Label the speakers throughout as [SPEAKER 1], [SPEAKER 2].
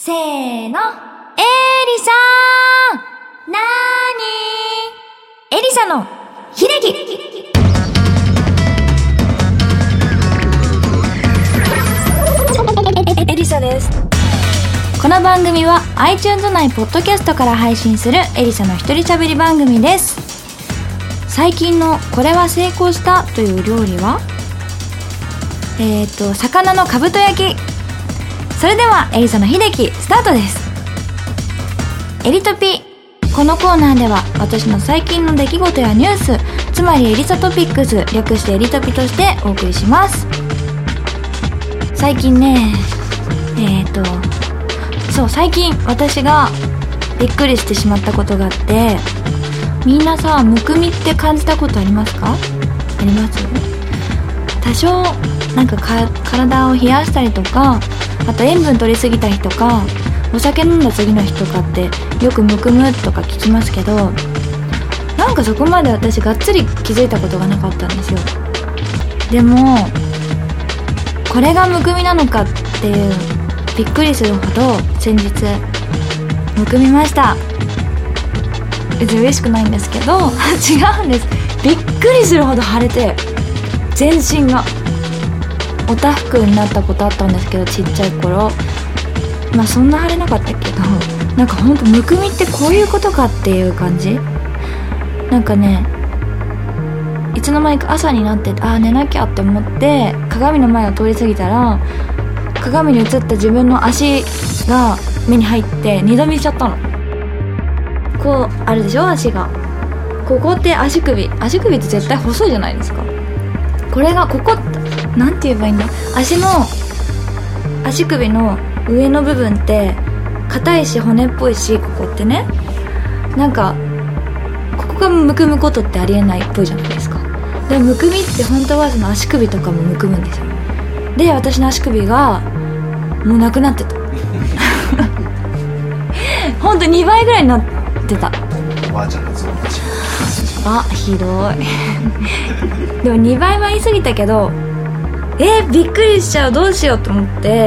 [SPEAKER 1] せーの、エリサー。なーにー。エリサの秀樹。エリサです。この番組は iTunes 内ポッドキャストから配信するエリサの一人喋り番組です。最近のこれは成功したという料理は魚のかぶと焼き。それではエリサの秀樹スタートです。エリトピ。このコーナーでは私の最近の出来事やニュース、つまりエリサトピックス、略してエリトピとしてお送りします。最近ね、最近私がびっくりしてしまったことがあって、みんなさ、むくみって感じたことありますか？あります？多少なんか体を冷やしたりとか、あと塩分取りすぎた日とか、お酒飲んだ次の日とかってよくむくむとか聞きますけど、なんかそこまで私がっつり気づいたことがなかったんですよ。でもこれがむくみなのかっていうびっくりするほど先日むくみました。別に嬉しくないんですけど違うんです。びっくりするほど腫れて、全身がおたふくになったことあったんですけど、ちっちゃい頃。まあそんな腫れなかったけど、なんかほんとむくみってこういうことかっていう感じ。なんかね、いつの間にか朝になって寝なきゃって思って鏡の前を通り過ぎたら、鏡に映った自分の足が目に入って二度見しちゃったの。こうあるでしょ、足が。ここって足首って絶対細いじゃないですか。これがここなんて言えばいいんだ、足首の上の部分って硬いし骨っぽいし、ここってね、なんかここがむくむことってありえないっぽいじゃないですか。でもむくみって本当はその足首とかもむくむんですよ。で、私の足首がもうなくなってたほんと2倍ぐらいになってた。
[SPEAKER 2] おばあちゃんのゾウの足
[SPEAKER 1] ひどいでも2倍は言い過ぎたけど、びっくりしちゃう、どうしようと思って、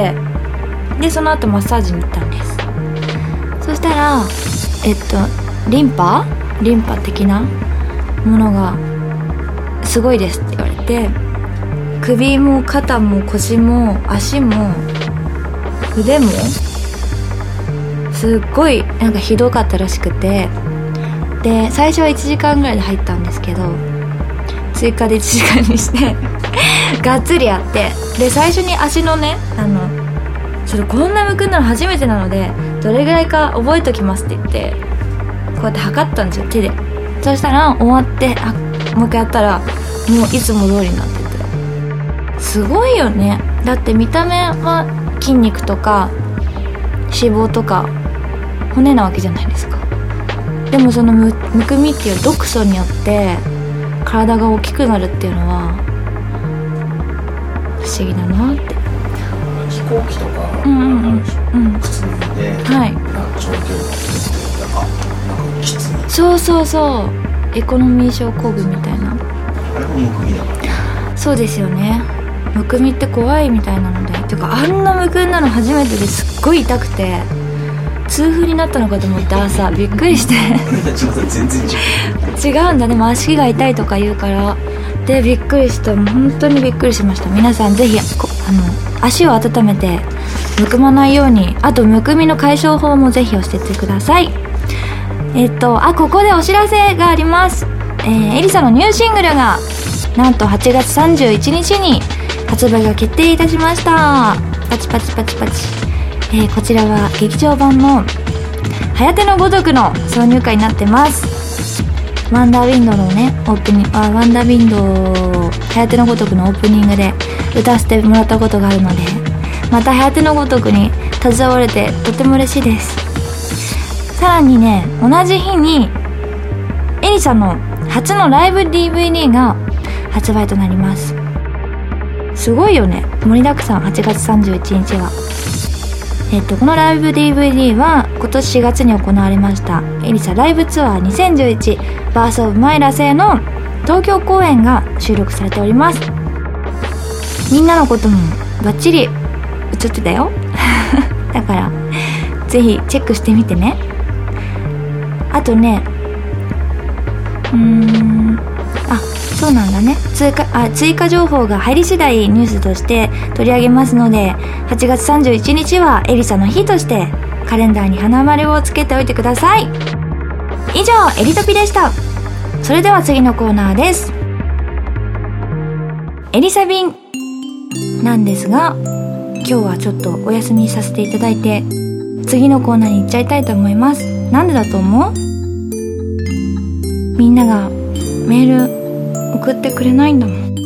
[SPEAKER 1] でその後マッサージに行ったんです。そしたらリンパ的なものがすごいですって言われて、首も肩も腰も足も腕もすっごいなんかひどかったらしくて、で最初は1時間ぐらいで入ったんですけど、追加で1時間にしてがっつりやって、で最初に足のね、こんなむくんだの初めてなのでどれぐらいか覚えときますって言って、こうやって測ったんですよ、手で。そしたら終わってもう一回やったらもういつも通りになってて、すごいよね。だって見た目は筋肉とか脂肪とか骨なわけじゃないですか。でもその むくみっていう毒素によって体が大きくなるっていうのは不思議だなって。
[SPEAKER 2] 飛行機とかあるでしょ、靴脱いで、はい、なんか長距離乗ってなんかきつい。
[SPEAKER 1] そうエコノミー症候群みたいな、
[SPEAKER 2] あれもむくみだからね。
[SPEAKER 1] そうですよね。むくみって怖いみたいなので、てかあんなむくんだの初めてですっごい痛くて、痛風になったのかと思って朝びっくりして
[SPEAKER 2] 全然
[SPEAKER 1] 違うんだ。でも足が痛いとか言うからでびっくりした。もう本当にびっくりしました。皆さんぜひ足を温めてむくまないように、あとむくみの解消法もぜひ教えてください。ここでお知らせがあります。エリサのニューシングルがなんと8月31日に発売が決定いたしました。パチパチパチパチ。こちらは劇場版のはやてのごとくの挿入歌になってます。ワンダーウィンドのねワンダーウィンドはやてのごとくのオープニングで歌わせてもらったことがあるので、またはやてのごとくに携われてとても嬉しいです。さらにね、同じ日にエリサの初のライブ DVD が発売となります。すごいよね、盛りだくさん。8月31日はこのライブ DVD は今年4月に行われましたエリサライブツアー2011バースオブマイラセの東京公演が収録されております。みんなのこともバッチリ映ってたよだからぜひチェックしてみてね。あとね、そうなんだね、追加情報が入り次第ニュースとして取り上げますので、8月31日はエリサの日としてカレンダーに花丸をつけておいてください。以上、エリトピでした。それでは次のコーナーです。エリサ便なんですが、今日はちょっとお休みさせていただいて、次のコーナーに行っちゃいたいと思います。なんでだと思う？みんながメール送ってくれないんだもん。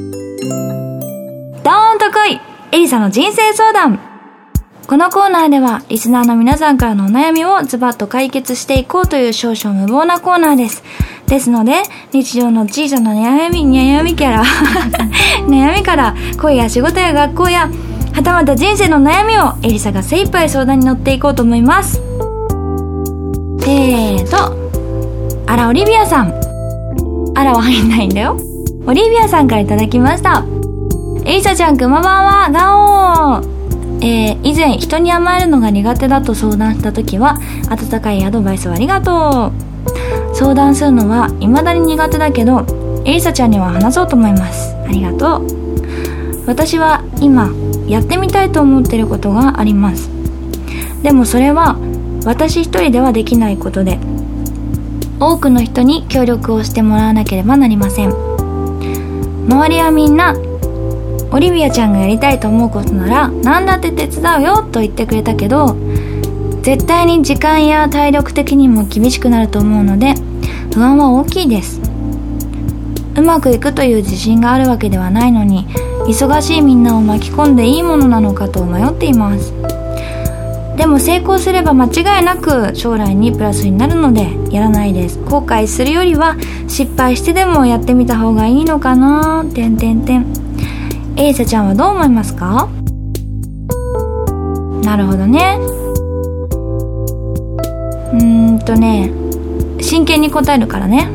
[SPEAKER 1] ドーンと来い！エリサの人生相談。このコーナーではリスナーの皆さんからのお悩みをズバッと解決していこうという少々無謀なコーナーです。ですので、日常の小さな悩みから恋や仕事や学校やはたまた人生の悩みをエリサが精一杯相談に乗っていこうと思います。あら、オリビアさん。あらは入んないんだよ。オリビアさんからいただきました。エリサちゃん、くまばんは、ガオー。以前人に甘えるのが苦手だと相談した時は温かいアドバイスをありがとう。相談するのは未だに苦手だけど、エリサちゃんには話そうと思います。ありがとう。私は今やってみたいと思っていることがあります。でもそれは私一人ではできないことで、多くの人に協力をしてもらわなければなりません。周りはみんなオリビアちゃんがやりたいと思うことなら何だって手伝うよと言ってくれたけど、絶対に時間や体力的にも厳しくなると思うので不安は大きいです。うまくいくという自信があるわけではないのに、忙しいみんなを巻き込んでいいものなのかと迷っています。でも成功すれば間違いなく将来にプラスになるのでやらないです。後悔するよりは失敗してでもやってみた方がいいのかな。エリサちゃんはどう思いますか？なるほどね。真剣に答えるからね。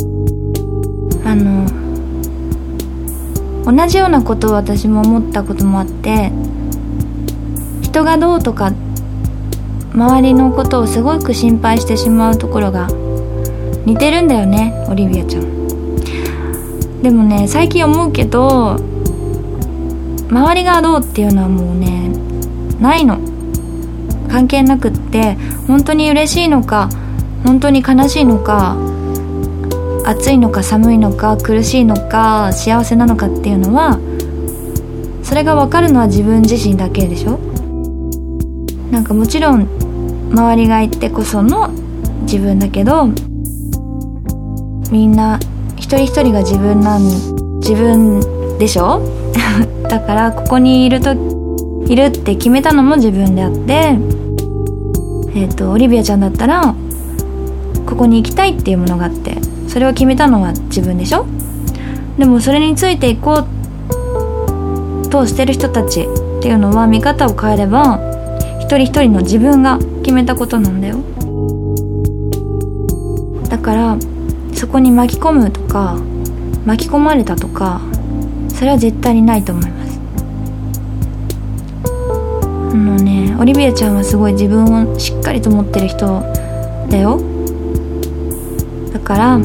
[SPEAKER 1] 同じようなことを私も思ったこともあって、人がどうとか周りのことをすごく心配してしまうところが似てるんだよね、オリビアちゃん。でもね、最近思うけど、周りがどうっていうのはもうね、ないの。関係なくって、本当に嬉しいのか本当に悲しいのか、暑いのか寒いのか苦しいのか幸せなのかっていうのは、それが分かるのは自分自身だけでしょ。なんかもちろん周りがいてこその自分だけど、みんな一人一人が自分でしょだからここにいるって決めたのも自分であって、オリビアちゃんだったらここに行きたいっていうものがあって、それを決めたのは自分でしょ。でもそれについていこうとしてる人たちっていうのは、見方を変えれば一人一人の自分が決めたことなんだよ。だからそこに巻き込むとか巻き込まれたとか、それは絶対にないと思います。オリビアちゃんはすごい自分をしっかりと持ってる人だよ。だから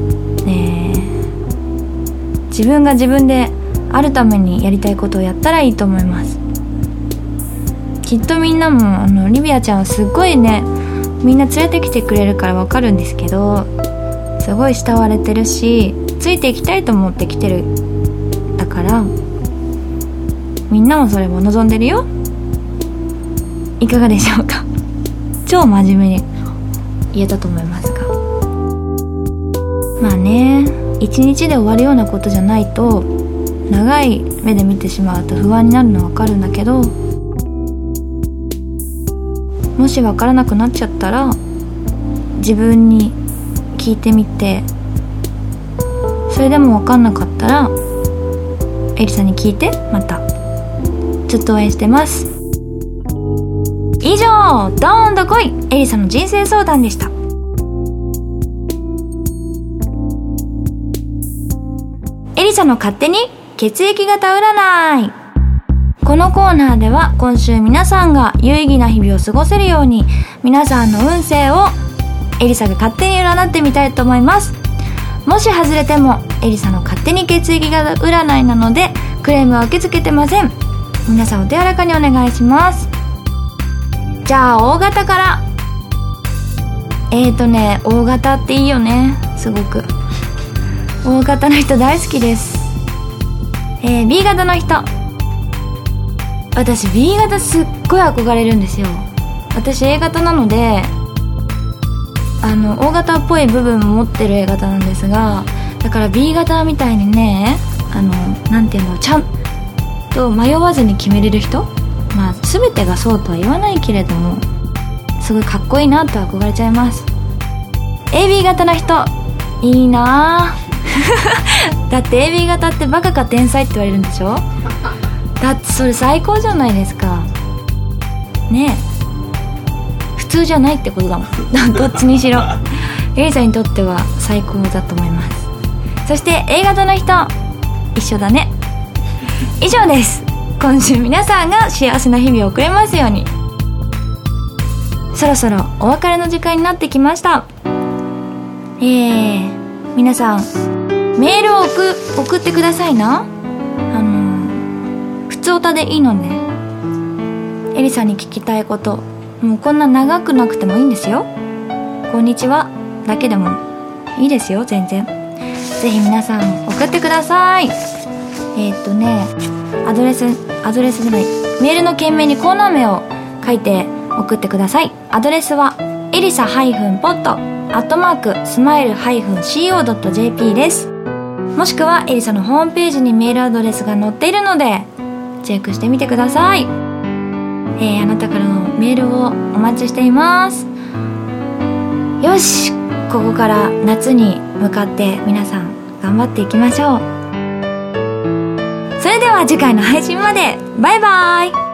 [SPEAKER 1] 自分が自分であるためにやりたいことをやったらいいと思います。きっとみんなもオリビアちゃんはすごいね、みんな連れてきてくれるからわかるんですけど、すごい慕われてるし、ついていきたいと思ってきてる。だからみんなもそれも望んでるよ。いかがでしょうか。超真面目に言えたと思いますが、まあね、一日で終わるようなことじゃないと、長い目で見てしまうと不安になるのはわかるんだけど、もしわからなくなっちゃったら自分に聞いてみて、それでもわかんなかったらエリさんに聞いて、またずっと応援してます。以上、ドーンと来いエリさんの人生相談でした。エリさんの勝手に血液型占い。 このコーナーでは今週皆さんが有意義な日々を過ごせるように皆さんの運勢をエリサが勝手に占ってみたいと思います。もし外れてもエリサの勝手に血液型占いなのでクレームは受け付けてません。皆さんお手柔らかにお願いします。じゃあ O 型から。O 型っていいよね。すごく O 型の人大好きです。B 型の人、私 B 型すっごい憧れるんですよ。私 A 型なのでO 型っぽい部分も持ってる A 型なんですが、だから B 型みたいにね、なんていうの、ちゃんと迷わずに決めれる人、まあ全てがそうとは言わないけれどもすごいかっこいいなと憧れちゃいます。 AB 型の人いいなだって AB 型ってバカか天才って言われるんでしょ。だってそれ最高じゃないですかね。普通じゃないってことだもんどっちにしろエリさんにとっては最高だと思います。そして A 型の人一緒だね。以上です。今週皆さんが幸せな日々を送れますように。そろそろお別れの時間になってきました。皆さんメールを送ってくださいな。普通歌でいいのね。エリさんに聞きたいこと、もうこんな長くなくてもいいんですよ。こんにちはだけでもいいですよ、全然。ぜひ皆さん送ってください。アドレスでない、メールの件名にコーナー名を書いて送ってください。アドレスはelisa-pod@smile-co.jp です。もしくはエリサのホームページにメールアドレスが載っているのでチェックしてみてください。あなたからのメールをお待ちしています。よし、ここから夏に向かって皆さん頑張っていきましょう。それでは次回の配信まで。バイバイ。